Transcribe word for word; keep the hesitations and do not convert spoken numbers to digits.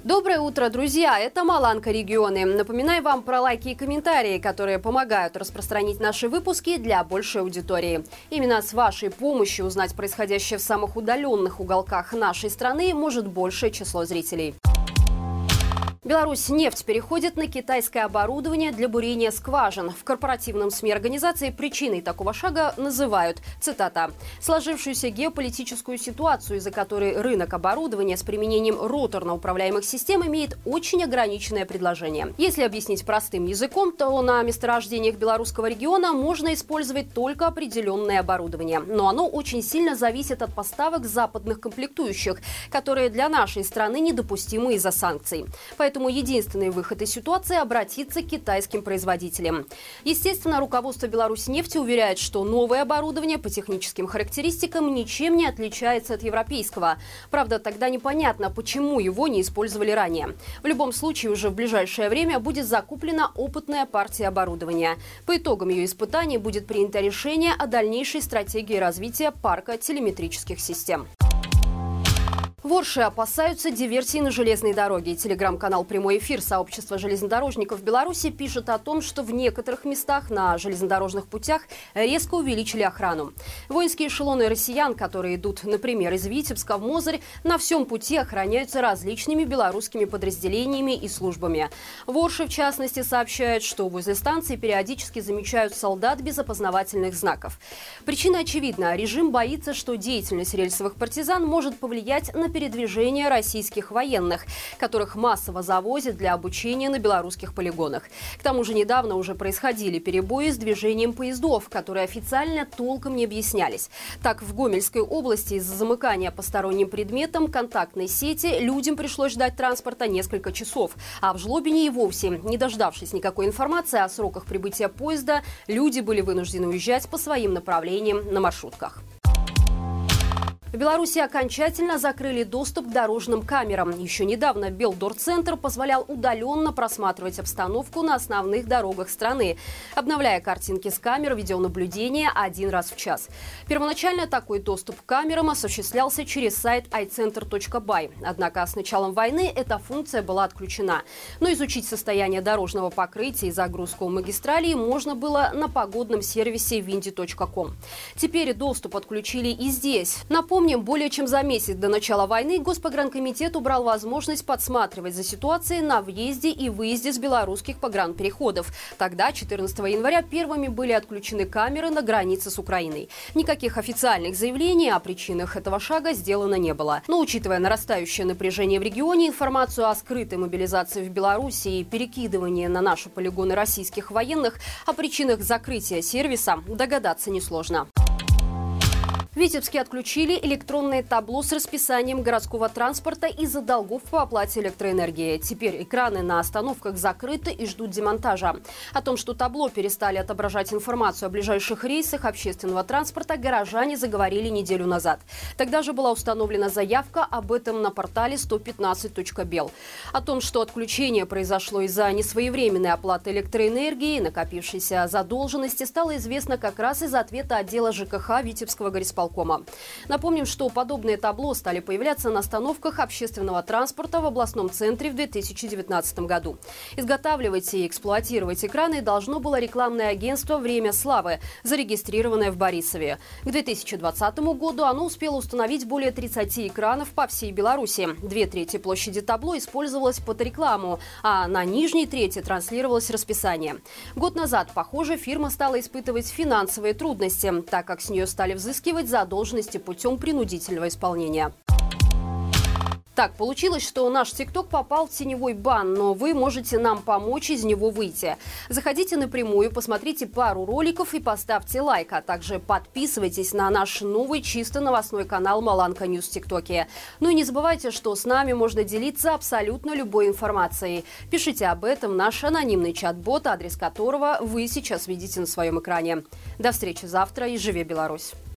Доброе утро, друзья! Это Маланка Регионы. Напоминаю вам про лайки и комментарии, которые помогают распространить наши выпуски для большей аудитории. Именно с вашей помощью узнать происходящее в самых удаленных уголках нашей страны может большее число зрителей. Беларусьнефть переходит на китайское оборудование для бурения скважин. В корпоративном СМИ организации причиной такого шага называют, цитата, «сложившуюся геополитическую ситуацию, из-за которой рынок оборудования с применением роторно-управляемых систем имеет очень ограниченное предложение». Если объяснить простым языком, то на месторождениях белорусского региона можно использовать только определенное оборудование. Но оно очень сильно зависит от поставок западных комплектующих, которые для нашей страны недопустимы из-за санкций. Поэтому Поэтому единственный выход из ситуации – обратиться к китайским производителям. Естественно, руководство Беларусьнефти уверяет, что новое оборудование по техническим характеристикам ничем не отличается от европейского. Правда, тогда непонятно, почему его не использовали ранее. В любом случае, уже в ближайшее время будет закуплена опытная партия оборудования. По итогам ее испытаний будет принято решение о дальнейшей стратегии развития парка телеметрических систем. Ворши опасаются диверсий на железной дороге. Телеграм-канал «Прямой эфир» сообщества железнодорожников Беларуси пишет о том, что в некоторых местах на железнодорожных путях резко увеличили охрану. Воинские эшелоны россиян, которые идут, например, из Витебска в Мозырь, на всем пути охраняются различными белорусскими подразделениями и службами. Ворши, в частности, сообщают, что возле станции периодически замечают солдат без опознавательных знаков. Причина очевидна. Режим боится, что деятельность рельсовых партизан может повлиять на передвижение российских военных, которых массово завозят для обучения на белорусских полигонах. К тому же недавно уже происходили перебои с движением поездов, которые официально толком не объяснялись. Так, в Гомельской области из-за замыкания посторонним предметом контактной сети людям пришлось ждать транспорта несколько часов. А в Жлобине и вовсе, не дождавшись никакой информации о сроках прибытия поезда, люди были вынуждены уезжать по своим направлениям на маршрутках. В Беларуси окончательно закрыли доступ к дорожным камерам. Еще недавно Белдорцентр позволял удаленно просматривать обстановку на основных дорогах страны, обновляя картинки с камер видеонаблюдения один раз в час. Первоначально такой доступ к камерам осуществлялся через сайт ай центр точка бай. Однако с началом войны эта функция была отключена. Но изучить состояние дорожного покрытия и загрузку магистралей можно было на погодном сервисе винди точка ком. Теперь доступ отключили и здесь. Напомню, более чем за месяц до начала войны Госпогранкомитет убрал возможность подсматривать за ситуацией на въезде и выезде с белорусских погранпереходов. Тогда, четырнадцатого января, первыми были отключены камеры на границе с Украиной. Никаких официальных заявлений о причинах этого шага сделано не было. Но, учитывая нарастающее напряжение в регионе, информацию о скрытой мобилизации в Беларуси и перекидывании на наши полигоны российских военных, о причинах закрытия сервиса догадаться несложно. В Витебске отключили электронное табло с расписанием городского транспорта из-за долгов по оплате электроэнергии. Теперь экраны на остановках закрыты и ждут демонтажа. О том, что табло перестали отображать информацию о ближайших рейсах общественного транспорта, горожане заговорили неделю назад. Тогда же была установлена заявка об этом на портале сто пятнадцать точка бел. О том, что отключение произошло из-за несвоевременной оплаты электроэнергии и накопившейся задолженности, стало известно как раз из ответа отдела ЖКХ Витебского горисполкома. Напомним, что подобные табло стали появляться на остановках общественного транспорта в областном центре в две тысячи девятнадцатом году. Изготавливать и эксплуатировать экраны должно было рекламное агентство «Время славы», зарегистрированное в Борисове. К две тысячи двадцатому году оно успело установить более тридцати экранов по всей Беларуси. Две трети площади табло использовалось под рекламу, а на нижней трети транслировалось расписание. Год назад, похоже, фирма стала испытывать финансовые трудности, так как с нее стали взыскивать задолженности путем принудительного исполнения. Так получилось, что наш ТикТок попал в теневой бан, но вы можете нам помочь из него выйти. Заходите напрямую, посмотрите пару роликов и поставьте лайк, а также подписывайтесь на наш новый чисто новостной канал Маланка Ньюс в ТикТоке. Ну и не забывайте, что с нами можно делиться абсолютно любой информацией. Пишите об этом в наш анонимный чат-бот, адрес которого вы сейчас видите на своем экране. До встречи завтра и живи Беларусь!